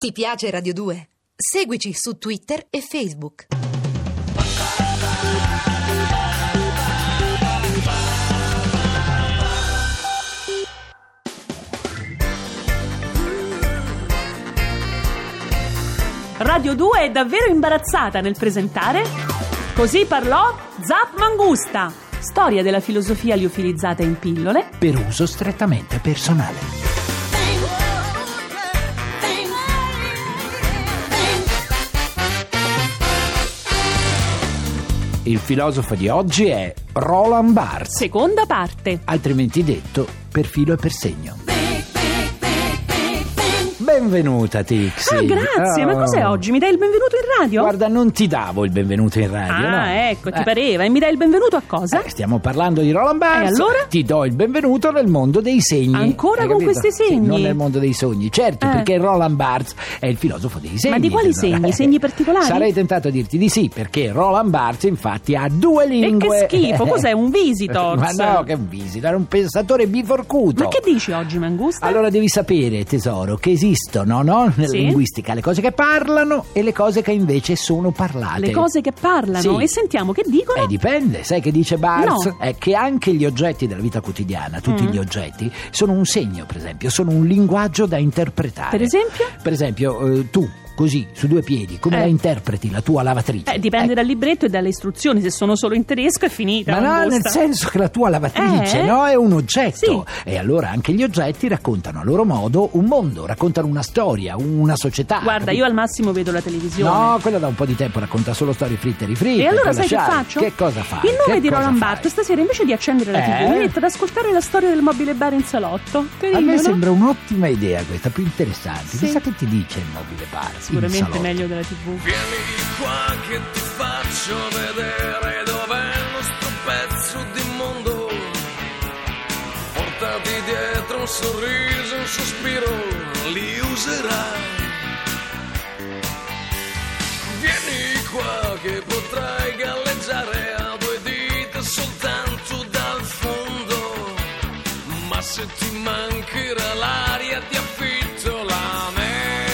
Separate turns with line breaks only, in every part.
Ti piace Radio 2? Seguici su Twitter e Facebook.
Radio 2 è davvero imbarazzata nel presentare Così parlò Zap Mangusta, storia della filosofia liofilizzata in pillole
per uso strettamente personale. Il filosofo di oggi è Roland Barthes,
seconda parte,
altrimenti detto per filo e per segno. Benvenuta Tixi.
Ah, grazie, ma cos'è oggi? Mi dai il benvenuto in radio?
Guarda, non ti davo il benvenuto in radio, no?
Ecco, ti pareva. E mi dai il benvenuto a cosa?
Stiamo parlando di Roland Barthes.
E allora?
Ti do il benvenuto nel mondo dei segni.
Ancora con
capito?
questi segni?
Sì, non nel mondo dei sogni, certo, perché Roland Barthes è il filosofo dei segni.
Ma di quali segni? Segni particolari?
Sarei tentato a dirti di sì, perché Roland Barthes infatti ha due lingue.
E che schifo, cos'è, un visitor?
Ma no, che un visitor, è un pensatore biforcuto.
Ma che dici oggi, Mangusta?
Allora devi sapere, tesoro, che esistono, no? Nella linguistica, le cose che parlano e le cose che invece sono parlate.
Le cose che parlano?
Sì.
E sentiamo che dicono?
Dipende, sai che dice Barthes?
No.
È che anche gli oggetti della vita quotidiana, tutti gli oggetti, sono un segno, per esempio, sono un linguaggio da interpretare.
Per esempio?
Per esempio, tu, così, su due piedi, come la interpreti la tua lavatrice?
Dipende dal libretto e dalle istruzioni, se sono solo in tedesco è finita.
Ma no,
Mangusta.
nel senso che la tua lavatrice, no, è un oggetto.
Sì.
E allora anche gli oggetti raccontano a loro modo un mondo, raccontano una storia, una società.
Guarda,
capito?
io al massimo vedo la televisione.
No, quella da un po' di tempo racconta solo storie fritte e rifritte.
E allora
puoi
sai che
lasciare.
faccio?
Che cosa fai?
In nome
Che
di
cosa
Roland
fai?
Barthes, stasera invece di accendere la TV mi metto ad ascoltare la storia del mobile bar in salotto. Carino,
A me
no?
sembra un'ottima idea questa, più interessante.
Sì.
Chissà che ti dice il mobile bar. in
Sicuramente
salotto.
meglio della TV.
Vieni qua che ti faccio vedere dov'è il nostro pezzo di mondo. Portati dietro un sorriso, un sospiro, li userai. Vieni qua che potrai galleggiare a due dita soltanto dal fondo. Ma se ti mancherà l'aria ti affitto l'America,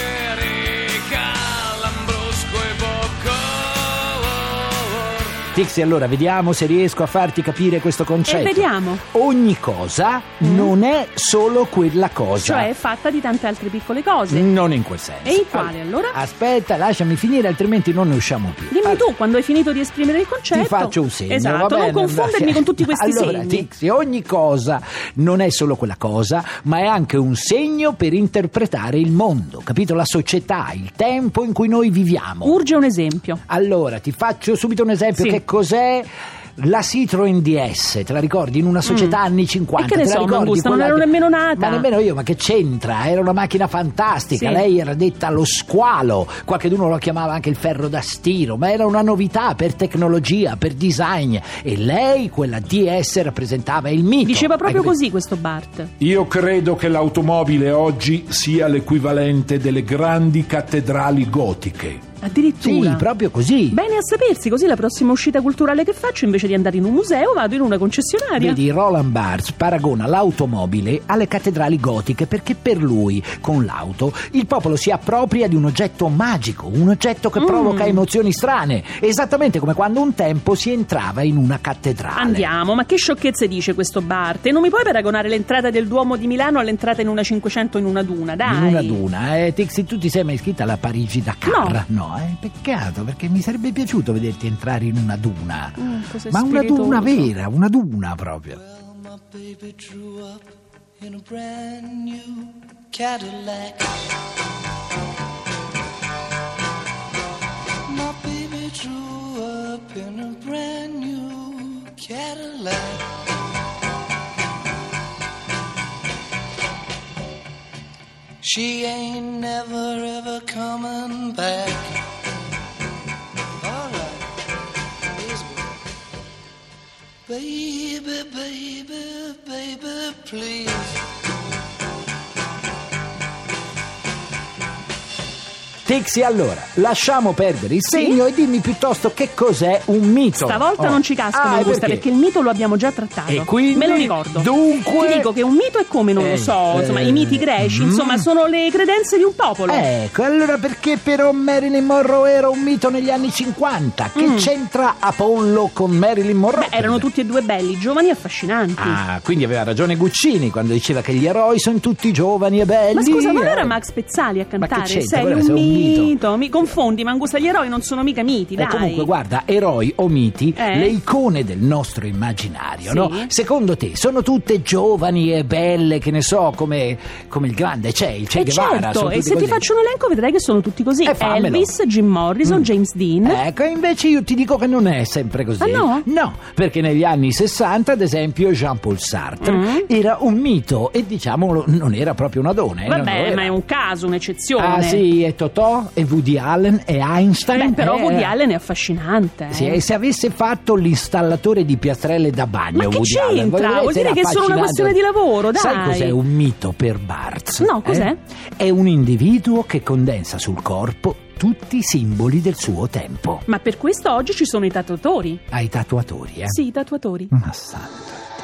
Lambrusco e Bocco.
Tixi, allora vediamo se riesco a farti capire questo concetto.
E vediamo.
Ogni cosa non è solo quella cosa.
Cioè è fatta di tante altre piccole cose.
Non in quel senso.
E in quale allora?
Aspetta, lasciami finire, altrimenti non ne usciamo più.
Dimmi tu, quando hai finito di esprimere il concetto.
Ti faccio un segno.
Esatto,
va bene?
non confondermi con tutti questi
allora,
segni.
Tixi, ogni cosa non è solo quella cosa, ma è anche un segno per interpretare il mondo, capito? La società, il tempo in cui noi viviamo.
Urge un esempio.
Allora, ti faccio subito un esempio.
Sì.
Che cos'è la Citroen DS? Te la ricordi? In una società anni 50.
E che ne
te la
so,
ricordi?
Mangusta, non
Quella
ero
che-
nemmeno nata.
Ma nemmeno io, ma che c'entra? Era una macchina fantastica.
Sì.
Lei era detta lo squalo. Qualcuno lo chiamava anche il ferro da stiro, ma era una novità per tecnologia, per design. E lei, quella DS, rappresentava il mito.
Diceva proprio
Hai capito?
così questo Bart.
Io credo che l'automobile oggi sia l'equivalente delle grandi cattedrali gotiche.
Addirittura.
Sì, proprio così.
Bene a sapersi, così la prossima uscita culturale che faccio, invece di andare in un museo, vado in una concessionaria.
Vedi, Roland Barthes paragona l'automobile alle cattedrali gotiche perché per lui, con l'auto, il popolo si appropria di un oggetto magico, un oggetto che provoca emozioni strane, esattamente come quando un tempo si entrava in una cattedrale.
Andiamo, ma che sciocchezze dice questo Bart? E non mi puoi paragonare l'entrata del Duomo di Milano all'entrata in una 500 in una duna, dai.
In una duna, Tixi, tu ti sei mai iscritta alla Parigi-Dakar?
No.
Peccato, perché mi sarebbe piaciuto vederti entrare in una duna.
cos'è
Ma una duna
spiritoso.
vera, una duna proprio.
Well, my baby drew up in a brand new Cadillac. My baby drew up in a brand new Cadillac. She ain't never ever coming back. All right, here's me. Baby, baby, baby, please.
Tixi, allora, lasciamo perdere il segno e dimmi piuttosto che cos'è un mito.
Stavolta non ci casco, Mangusta, perché il mito lo abbiamo già trattato.
E quindi,
me lo ricordo.
Dunque,
ti dico che un mito è come, non lo so, insomma, i miti greci, insomma, sono le credenze di un popolo.
Ecco, allora perché però Marilyn Monroe era un mito negli anni 50? Che c'entra Apollo con Marilyn Monroe?
Beh, erano tutti e due belli, giovani e affascinanti.
Ah, quindi aveva ragione Guccini quando diceva che gli eroi sono tutti giovani e belli.
Ma scusa, non era Max Pezzali a cantare?
Ma che c'entra?
Sei
Guarda,
un
sei un
mito. Mi confondi, Mangusta, gli eroi non sono mica miti, dai.
Comunque, guarda, eroi o miti, le icone del nostro immaginario, no? Secondo te sono tutte giovani e belle, che ne so, come il grande Che Guevara?
Certo, e se ti faccio un elenco vedrai che sono tutti così. Elvis, Jim Morrison, James Dean.
Ecco, invece io ti dico che non è sempre così.
Ah, no?
No, perché negli anni 60, ad esempio, Jean-Paul Sartre era un mito e, diciamolo, non era proprio una donna.
Vabbè, ma è un caso, un'eccezione.
Ah sì, e Totò, e Woody Allen, e Einstein.
Beh, però Woody Allen è affascinante.
Sì, e se avesse fatto l'installatore di piastrelle da bagno,
ma che
Woody
c'entra?
Allen,
vuol dire che è solo una questione di lavoro, dai.
Sai cos'è un mito per Barthes?
No, cos'è?
È un individuo che condensa sul corpo tutti i simboli del suo tempo.
Ma per questo oggi ci sono i tatuatori.
Ah, i tatuatori, eh?
Sì, i tatuatori.
Ma santo.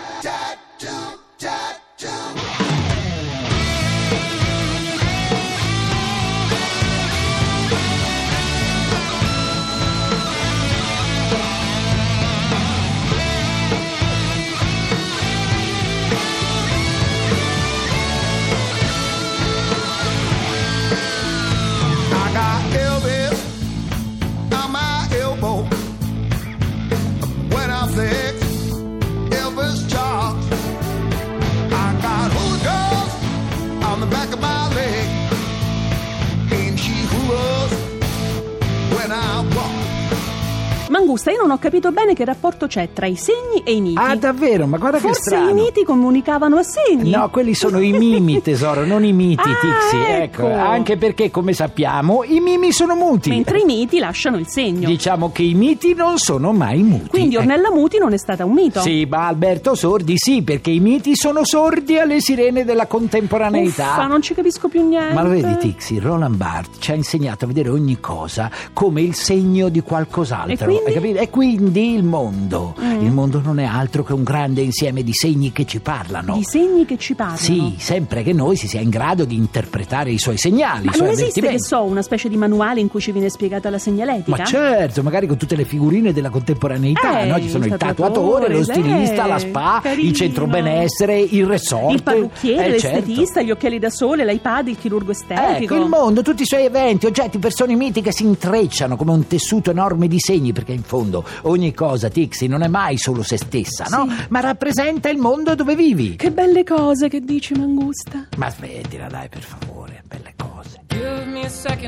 Mangusta, io non ho capito bene che rapporto c'è tra i segni e i miti.
Ah, davvero? Ma guarda che strano.
Forse i miti comunicavano a segni.
No, quelli sono i mimi, tesoro, non i miti, Tixi.
Ecco.
Anche perché, come sappiamo, i mimi sono muti.
Mentre i miti lasciano il segno.
Diciamo che i miti non sono mai muti.
Quindi Ornella Muti non è stata un mito.
Sì, ma Alberto Sordi sì, perché i miti sono sordi alle sirene della contemporaneità.
Uffa, non ci capisco più niente.
Ma lo vedi, Tixi, Roland Barthes ci ha insegnato a vedere ogni cosa come il segno di qualcos'altro.
E quindi?
Hai capito? E quindi il mondo. Il mondo non è altro che un grande insieme di segni che ci parlano.
Di segni che ci parlano?
Sì, sempre che noi si sia in grado di interpretare i suoi segnali.
Ma
i suoi
non esiste,
avvertimenti.
che so, una specie di manuale in cui ci viene spiegata la segnaletica?
Ma certo, magari con tutte le figurine della contemporaneità, no? Ci sono il tatuatore, lo stilista, la spa,
carino.
il centro benessere, il resort,
il parrucchiere, l'estetista,
certo.
gli occhiali da sole, l'iPad, il chirurgo estetico.
Ecco, il mondo, tutti i suoi eventi, oggetti, persone mitiche si intrecciano come un tessuto enorme di segni, perché in fondo ogni cosa, Tixi, non è mai solo se stessa, no?
Sì.
Ma rappresenta il mondo dove vivi.
Che belle cose che dici, Mangusta.
Ma smettila, dai, per favore, belle cose.
Give me a second,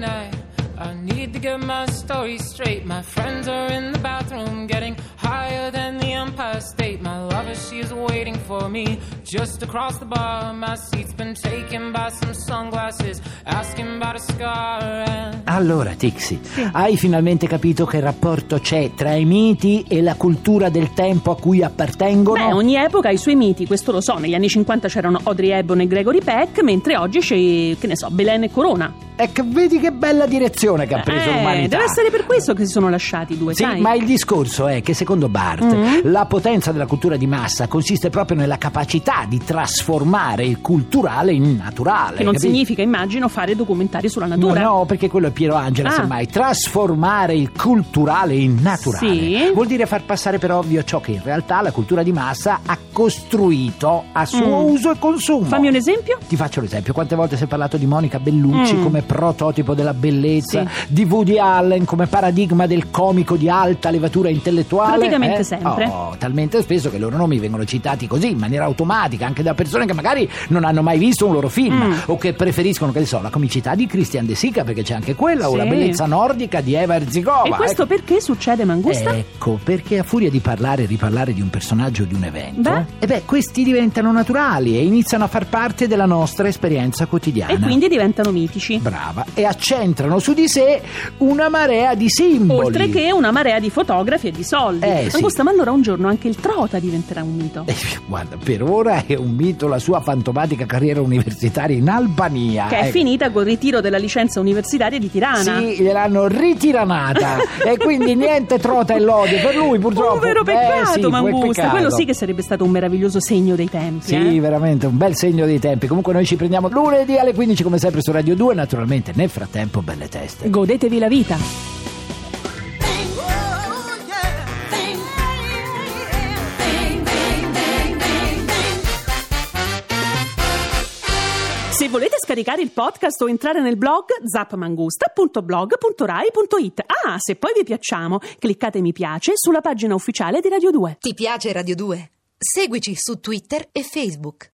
I need to get my story straight. My friends are in the bathroom getting higher than the Empire State. My lover, she's waiting for me just across the bar. My seat's been taken by some sunglasses asking about a scar and...
Allora, Tixi, hai finalmente capito che rapporto c'è tra i miti e la cultura del tempo a cui appartengono?
Beh, ogni epoca ha i suoi miti, questo lo so. Negli anni 50 c'erano Audrey Hepburn e Gregory Peck, mentre oggi c'è, che ne so, Belen e Corona.
Ecco, vedi che bella direzione che ha preso l'umanità.
Deve essere per questo che si sono lasciati i due,
Sì,
sai?
ma il discorso è che secondo Barthes la potenza della cultura di massa consiste proprio nella capacità di trasformare il culturale in naturale.
Che non
capito?
significa, immagino, fare documentari sulla natura.
No, perché quello è Piero Angela, semmai. Trasformare il culturale in naturale.
Sì.
Vuol dire far passare per ovvio ciò che in realtà la cultura di massa ha costruito a suo uso e consumo.
Fammi un esempio?
Ti faccio l'esempio. Quante volte si è parlato di Monica Bellucci come prototipo della bellezza, di Woody Allen come paradigma del comico di alta levatura intellettuale?
Praticamente sempre.
Oh, talmente spesso che i loro nomi vengono citati così, in maniera automatica, anche da persone che magari non hanno mai visto un loro film o che preferiscono, che ne so, la comicità di Christian De Sica, perché c'è anche quella, o la bellezza nordica di Eva Erzigova.
E questo perché succede, Mangusta?
Ecco, perché a furia di parlare e riparlare di un personaggio o di un evento, questi diventano naturali e iniziano a far parte della nostra esperienza quotidiana.
E quindi diventano mitici.
Bravo. brava, e accentrano su di sé una marea di simboli.
Oltre che una marea di fotografi e di soldi.
Sì.
Mangusta, ma allora un giorno anche il Trota diventerà un mito.
Guarda, per ora è un mito la sua fantomatica carriera universitaria in Albania.
Che è finita col ritiro della licenza universitaria di Tirana.
Sì, gliel'hanno ritiranata e quindi niente Trota e lode per lui, purtroppo.
Un vero peccato,
sì,
Mangusta.
peccato.
Quello sì che sarebbe stato un meraviglioso segno dei tempi.
Sì, veramente un bel segno dei tempi. Comunque noi ci prendiamo lunedì alle 15 come sempre su Radio 2. Naturalmente nel frattempo belle teste.
Godetevi la vita. Se volete scaricare il podcast o entrare nel blog zapmangusta.blog.rai.it. Se poi vi piacciamo, cliccate mi piace sulla pagina ufficiale di Radio 2.
Ti piace Radio 2? Seguici su Twitter e Facebook.